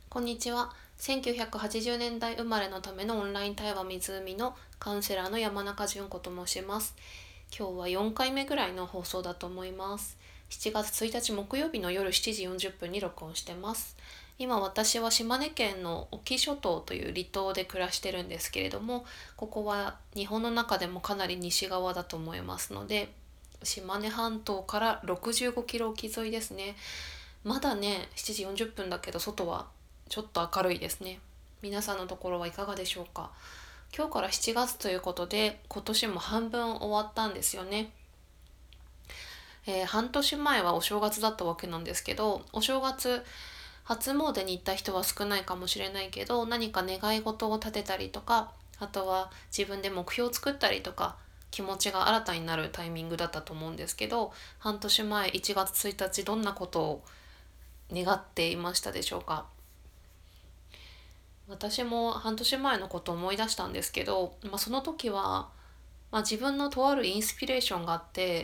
こんにちは。1980年代生まれのためのオンライン対話湖のカウンセラーの山中純子と申します。今日は4回目ぐらいの放送だと思います。7月1日木曜日の夜7時40分に録音してます。今私は島根県の隠岐諸島という離島で暮らしてるんですけれども、ここは日本の中でもかなり西側だと思いますので、島根半島から65キロ沖沿いですね。まだね、7時40分だけど外はちょっと明るいですね。皆さんのところはいかがでしょうか。今日から7月ということで、今年も半分終わったんですよね。半年前はお正月だったわけなんですけど、お正月初詣に行った人は少ないかもしれないけど、何か願い事を立てたりとか、あとは自分で目標を作ったりとか、気持ちが新たになるタイミングだったと思うんですけど、半年前1月1日どんなことを願っていましたでしょうか。私も半年前のことを思い出したんですけど、その時は、自分のとあるインスピレーションがあって、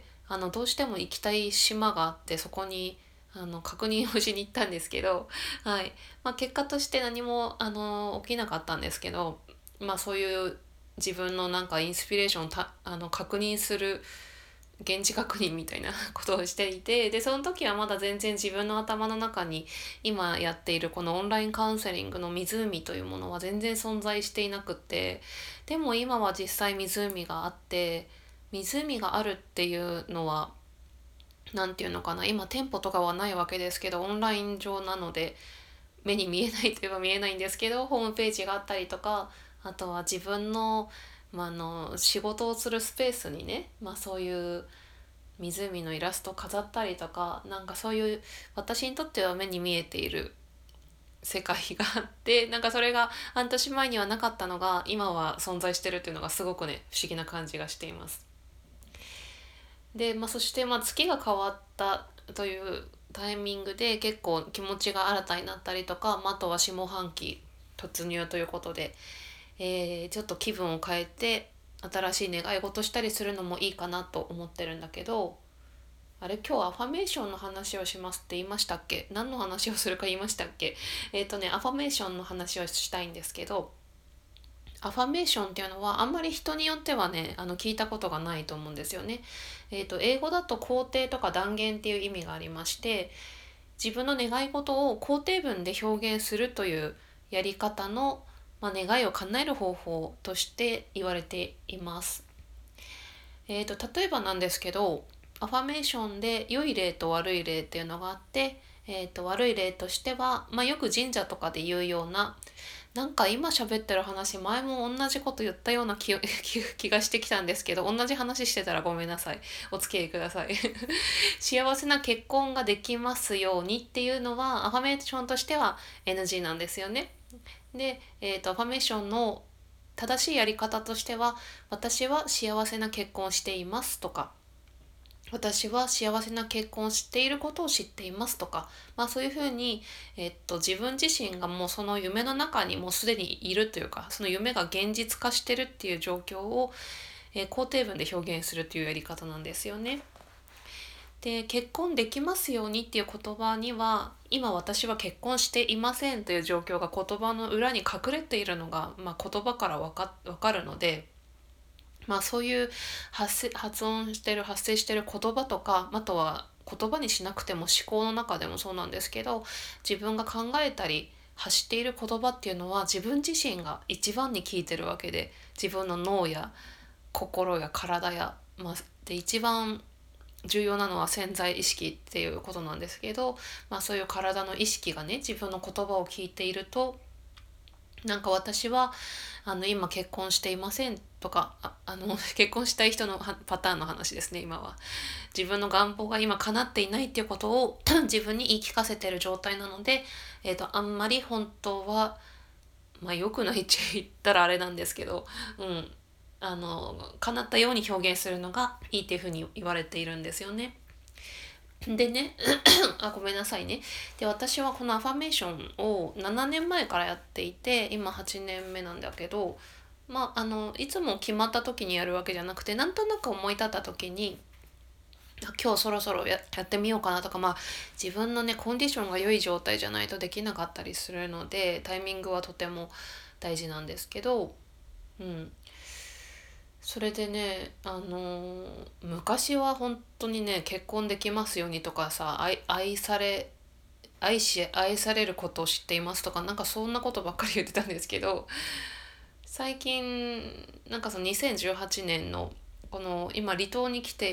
どうしても行きたい島があって、そこに確認をしに行ったんですけど、はい。結果として何も起きなかったんですけど、そういう自分のなんかインスピレーションを確認する現地確認みたいなことをしていて、でその時はまだ全然自分の頭の中に今やっているこのオンラインカウンセリングの湖というものは全然存在していなくって、でも今は実際湖があって、湖があるっていうのは何て言うのかな、今店舗とかはないわけですけど、オンライン上なので目に見えないといえば見えないんですけど、ホームページがあったりとか、あとは自分の、仕事をするスペースにね、そういう湖のイラストを飾ったりとか、なんかそういう私にとっては目に見えている世界があって、なんかそれが半年前にはなかったのが今は存在してるっていうのがすごくね、不思議な感じがしています。で、そして月が変わったというタイミングで結構気持ちが新たになったりとか、あとは下半期突入ということで、ちょっと気分を変えて新しい願い事したりするのもいいかなと思ってるんだけど、あれ、今日アファメーションの話をしますって言いましたっけ？何の話をするか言いましたっけ？アファメーションの話をしたいんですけど、アファメーションっていうのはあんまり人によってはね、聞いたことがないと思うんですよね。英語だと肯定とか断言っていう意味がありまして、自分の願い事を肯定文で表現するというやり方の、願いを叶える方法として言われています。例えばなんですけど、アファメーションで良い例と悪い例っていうのがあって、悪い例としては、よく神社とかで言うような、なんか今喋ってる話、前も同じこと言ったような気がしてきたんですけど、同じ話してたらごめんなさい。お付き合いください。幸せな結婚ができますようにっていうのは、アファメーションとしては NG なんですよね。で、アファメーションの正しいやり方としては、私は幸せな結婚をしていますとか、私は幸せな結婚をしていることを知っていますとか、そういうふうに、自分自身がもうその夢の中にもうすでにいるというか、その夢が現実化してるっていう状況を、肯定文で表現するっていうやり方なんですよね。で、結婚できますようにっていう言葉には、今私は結婚していませんという状況が言葉の裏に隠れているのが、言葉からわかるので、そういう発生してる言葉とか、あとは言葉にしなくても思考の中でもそうなんですけど、自分が考えたり発している言葉っていうのは自分自身が一番に聞いてるわけで、自分の脳や心や体や、で一番重要なのは潜在意識っていうことなんですけど、そういう体の意識がね、自分の言葉を聞いていると、なんか私は今結婚していませんとか、結婚したい人のパターンの話ですね。今は自分の願望が今叶っていないっていうことを自分に言い聞かせてる状態なので、あんまり本当は良くないって言ったらあれなんですけど、叶ったように表現するのがいいっていうふうに言われているんですよね。でね、ごめんなさいね。で、私はこのアファメーションを7年前からやっていて、今8年目なんだけど、いつも決まった時にやるわけじゃなくて、なんとなく思い立った時に、 今日そろそろやってみようかなとか、自分のねコンディションが良い状態じゃないとできなかったりするので、タイミングはとても大事なんですけど、うん、それでね、昔は本当にね、結婚できますようにとかさ、愛されることを知っていますとか、なんかそんなことばっかり言ってたんですけど、最近なんかその2018年のこの今離島に来て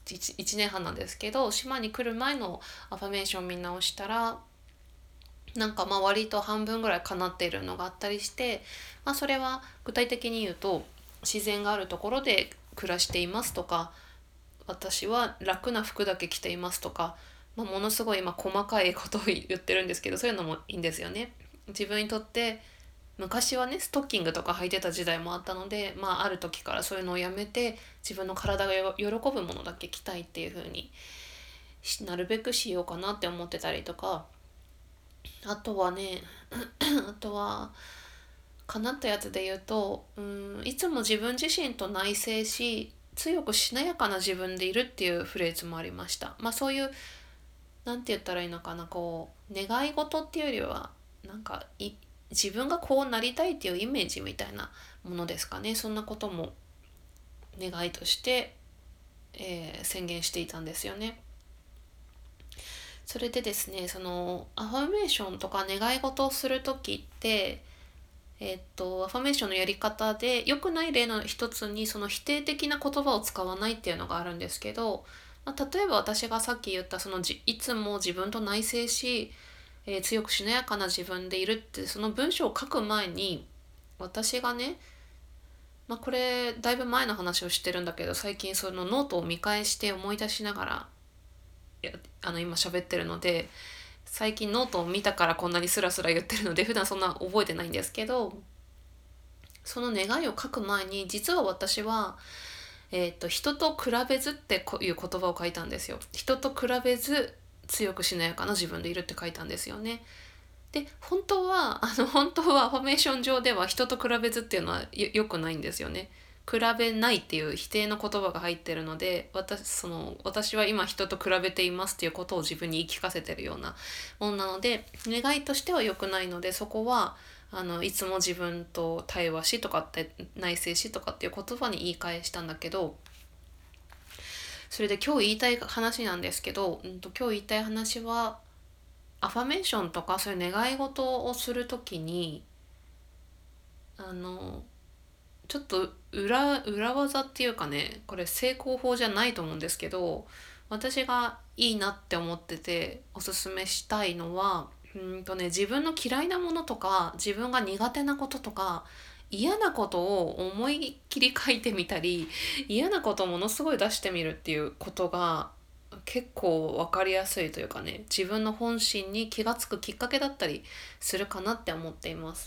1年半なんですけど、島に来る前のアファメーション見直したら、なんか割と半分ぐらい叶っているのがあったりして、それは具体的に言うと、自然があるところで暮らしていますとか、私は楽な服だけ着ていますとか、ものすごい細かいことを言ってるんですけど、そういうのもいいんですよね。自分にとって昔はねストッキングとか履いてた時代もあったので、ある時からそういうのをやめて、自分の体が喜ぶものだけ着たいっていう風になるべくしようかなって思ってたりとか、あとはねあとは叶ったやつで言うと、いつも自分自身と内省し、強くしなやかな自分でいるっていうフレーズもありました。そういう、なんて言ったらいいのかな、こう願い事っていうよりは、なんか自分がこうなりたいっていうイメージみたいなものですかね。そんなことも願いとして、宣言していたんですよね。それでですね、そのアファメーションとか願い事をする時って、アファメーションのやり方で良くない例の一つに、その否定的な言葉を使わないっていうのがあるんですけど、例えば私がさっき言ったそのいつも自分と内省し、強くしなやかな自分でいるって、その文章を書く前に私がね、これだいぶ前の話をしてるんだけど、最近そのノートを見返して思い出しながら今喋ってるので、最近ノートを見たからこんなにスラスラ言ってるので、普段そんな覚えてないんですけど、その願いを書く前に、実は私は、人と比べずっていう言葉を書いたんですよ。人と比べず強くしなやかな自分でいるって書いたんですよね。で、本当はフォーメーション上では人と比べずっていうのは良くないんですよね。比べないっていう否定の言葉が入ってるので、私は今人と比べていますっていうことを自分に言い聞かせてるようなもんなので、願いとしては良くないので、そこはいつも自分と対話しとかって内省しとかっていう言葉に言い換えしたんだけど、それで今日言いたい話なんですけど、今日言いたい話は、アファメーションとかそういう願い事をするときに、あのちょっと裏技っていうかね、これ成功法じゃないと思うんですけど、私がいいなって思ってておすすめしたいのは、自分の嫌いなものとか自分が苦手なこととか嫌なことを思いっきり書いてみたり、嫌なことをものすごい出してみるっていうことが結構分かりやすいというかね、自分の本心に気がつくきっかけだったりするかなって思っています。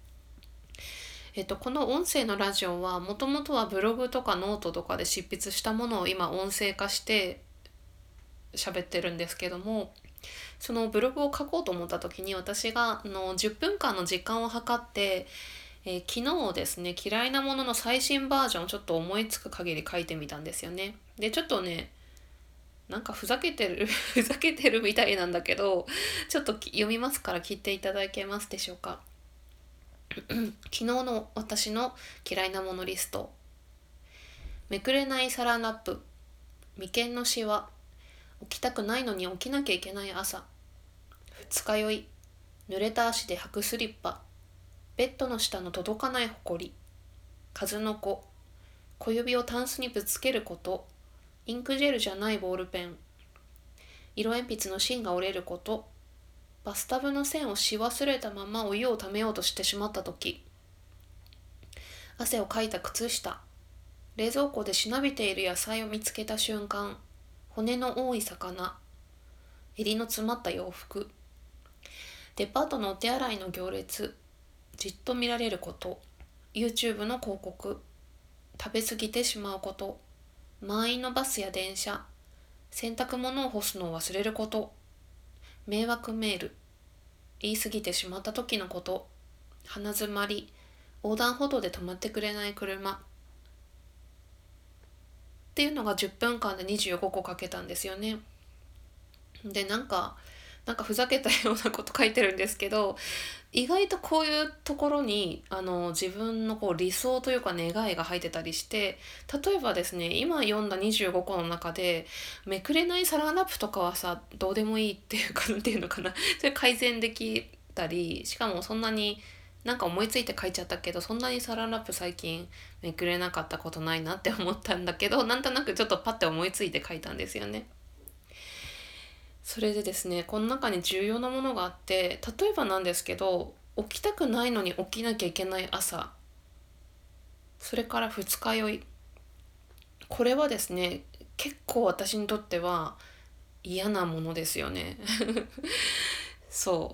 この音声のラジオはもともとはブログとかノートとかで執筆したものを今音声化して喋ってるんですけども、そのブログを書こうと思った時に、私が10分間の時間を計って、昨日ですね、嫌いなものの最新バージョンをちょっと思いつく限り書いてみたんですよね。でちょっとね、なんかふざけてるふざけてるみたいなんだけど、ちょっと読みますから聞いていただけますでしょうか。昨日の私の嫌いなものリスト。めくれないサランラップ、眉間のシワ、起きたくないのに起きなきゃいけない朝、二日酔い、濡れた足で履くスリッパ、ベッドの下の届かないほこり、数の子、小指をタンスにぶつけること、インクジェルじゃないボールペン、色鉛筆の芯が折れること、バスタブの線をし忘れたままお湯をためようとしてしまった時、汗をかいた靴下、冷蔵庫でしなびている野菜を見つけた瞬間、骨の多い魚、襟の詰まった洋服、デパートのお手洗いの行列、じっと見られること、YouTube の広告、食べ過ぎてしまうこと、満員のバスや電車、洗濯物を干すのを忘れること、迷惑メール、言い過ぎてしまった時のこと、鼻詰まり、横断歩道で止まってくれない車っっていうのが10分間で25個書けたんですよね。で、なんかふざけたようなこと書いてるんですけど、意外とこういうところに自分のこう理想というか願いが入ってたりして、例えばですね、今読んだ25個の中でめくれないサランラップとかはさ、どうでもいいっていうか、なんていうのかな、それ改善できたり、しかもそんなになんか思いついて書いちゃったけど、そんなにサランラップ最近めくれなかったことないなって思ったんだけど、なんとなくちょっとパッて思いついて書いたんですよね。それでですね、この中に重要なものがあって、例えばなんですけど、起きたくないのに起きなきゃいけない朝、それから二日酔い。これはですね、結構私にとっては嫌なものですよね。そう。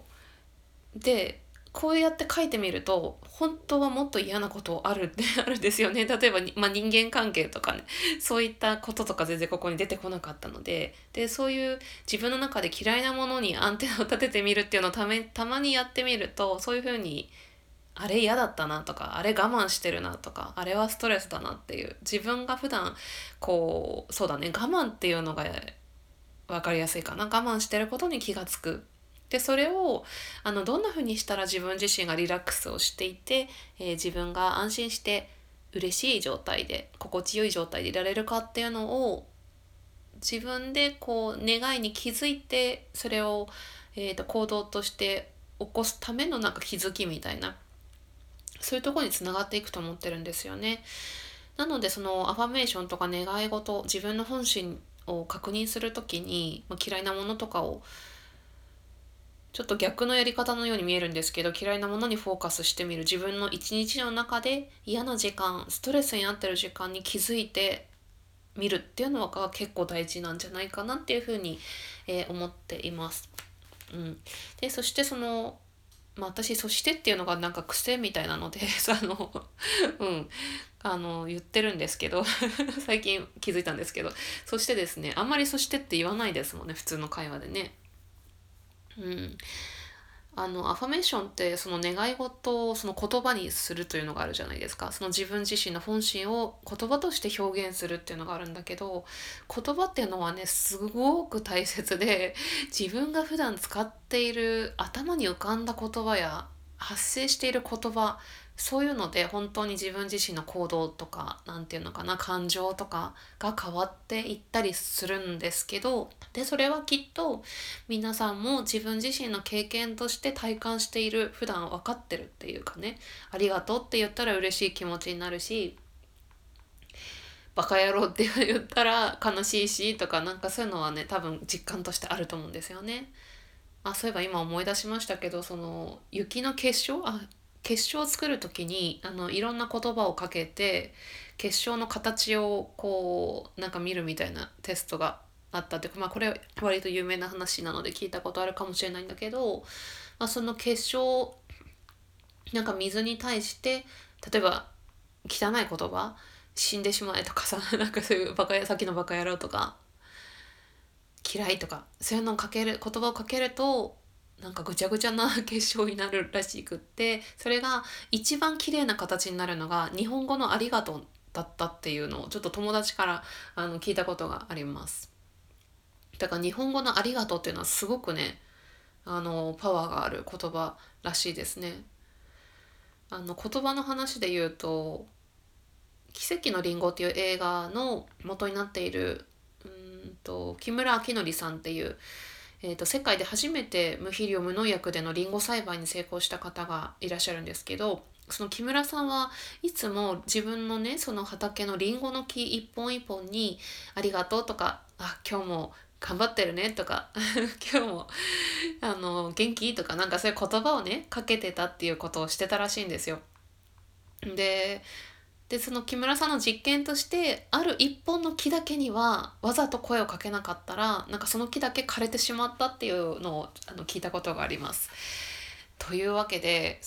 で、こうやって書いてみると、本当はもっと嫌なことあるってあるんですよね。例えば人間関係とかね、そういったこととか全然ここに出てこなかったので、そういう自分の中で嫌いなものにアンテナを立ててみるっていうのをたまにやってみると、そういうふうに、あれ嫌だったなとか、あれ我慢してるなとか、あれはストレスだなっていう、自分が普段そうだね、我慢っていうのが分かりやすいかな。我慢してることに気がつく。で、それをどんな風にしたら自分自身がリラックスをしていて、自分が安心して嬉しい状態で心地よい状態でいられるかっていうのを自分でこう願いに気づいて、それを、行動として起こすためのなんか気づきみたいな、そういうところにつながっていくと思ってるんですよね。なのでそのアファメーションとか願い事、自分の本心を確認するときに、嫌いなものとかをちょっと逆のやり方のように見えるんですけど、嫌いなものにフォーカスしてみる。自分の一日の中で嫌な時間、ストレスになってる時間に気づいてみるっていうのが結構大事なんじゃないかなっていうふうに、思っています。うん。で、そして私、そしてっていうのがなんか癖みたいなので、うん、言ってるんですけど、最近気づいたんですけど、そしてですね、あんまりそしてって言わないですもんね、普通の会話でね。うん。アファメーションってその願い事をその言葉にするというのがあるじゃないですか。その自分自身の本心を言葉として表現するっていうのがあるんだけど、言葉っていうのはね、すごく大切で、自分が普段使っている頭に浮かんだ言葉や発生している言葉、そういうので本当に自分自身の行動とか、なんていうのかな、感情とかが変わっていったりするんですけど、それはきっと皆さんも自分自身の経験として体感している、普段分かってるっていうかね、ありがとうって言ったら嬉しい気持ちになるし、バカ野郎って言ったら悲しいしとか、なんかそういうのはね、多分実感としてあると思うんですよね。そういえば今思い出しましたけど、その雪の結晶を作る時にいろんな言葉をかけて結晶の形をこうなんか見るみたいなテストがあったっていうか、これ割と有名な話なので聞いたことあるかもしれないんだけど、その結晶、なんか水に対して例えば汚い言葉、死んでしまえとかさ、なんかそういうさっきのバカ野郎とか嫌いとか、そういうのを言葉をかけるとなんかぐちゃぐちゃな結晶になるらしくって、それが一番綺麗な形になるのが日本語のありがとうだったっていうのをちょっと友達から聞いたことがあります。だから日本語のありがとうっていうのはすごくね、パワーがある言葉らしいですね。言葉の話で言うと、奇跡のリンゴっていう映画の元になっている木村明則さんっていう、世界で初めて無肥料無農薬でのリンゴ栽培に成功した方がいらっしゃるんですけど、その木村さんはいつも自分のね、その畑のリンゴの木一本一本にありがとうとか、今日も頑張ってるねとか今日も元気とか、なんかそういう言葉をねかけてたっていうことをしてたらしいんですよ。でその木村さんの実験として、ある一本の木だけにはわざと声をかけなかったら、なんかその木だけ枯れてしまったっていうのを聞いたことがあります。というわけで、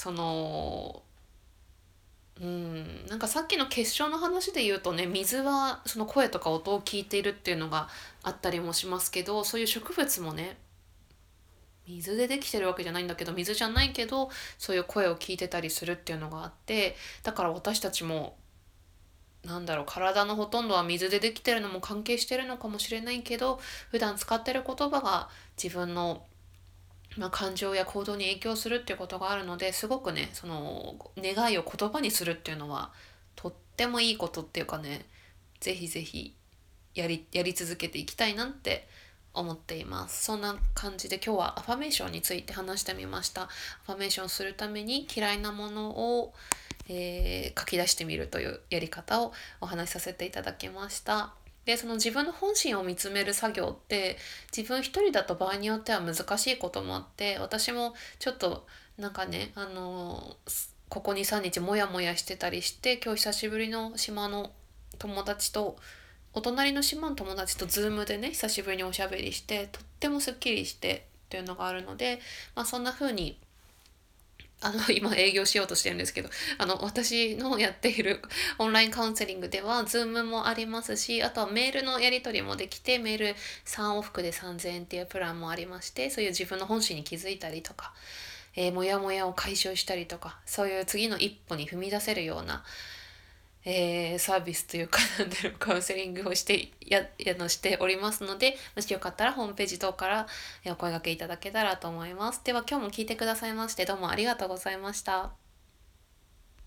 なんかさっきの結晶の話で言うとね、水はその声とか音を聞いているっていうのがあったりもしますけど、そういう植物もね、水でできてるわけじゃないんだけど、水じゃないけどそういう声を聞いてたりするっていうのがあって、だから私たちも体のほとんどは水でできてるのも関係してるのかもしれないけど、普段使ってる言葉が自分の、感情や行動に影響するっていうことがあるので、すごくね、その願いを言葉にするっていうのはとってもいいことっていうかね、ぜひぜひやり続けていきたいなって思っています。そんな感じで今日はアファメーションについて話してみました。アファメーションするために嫌いなものを、書き出してみるというやり方をお話しさせていただきました。で、その自分の本心を見つめる作業って自分一人だと場合によっては難しいこともあって、私もちょっとなんかね、ここ2、3日モヤモヤしてたりして、今日久しぶりの島の友達とお隣の島の友達とズームでね久しぶりにおしゃべりして、とってもすっきりしてっていうのがあるので、そんな風に今営業しようとしてるんですけど、私のやっているオンラインカウンセリングではズームもありますし、あとはメールのやり取りもできて、メール3往復で3000円っていうプランもありまして、そういう自分の本心に気づいたりとか、モヤモヤを解消したりとか、そういう次の一歩に踏み出せるようなサービスというかカウンセリングをしておりますので、もしよかったらホームページ等からお声掛けいただけたらと思います。では今日も聞いてくださいましてどうもありがとうございました。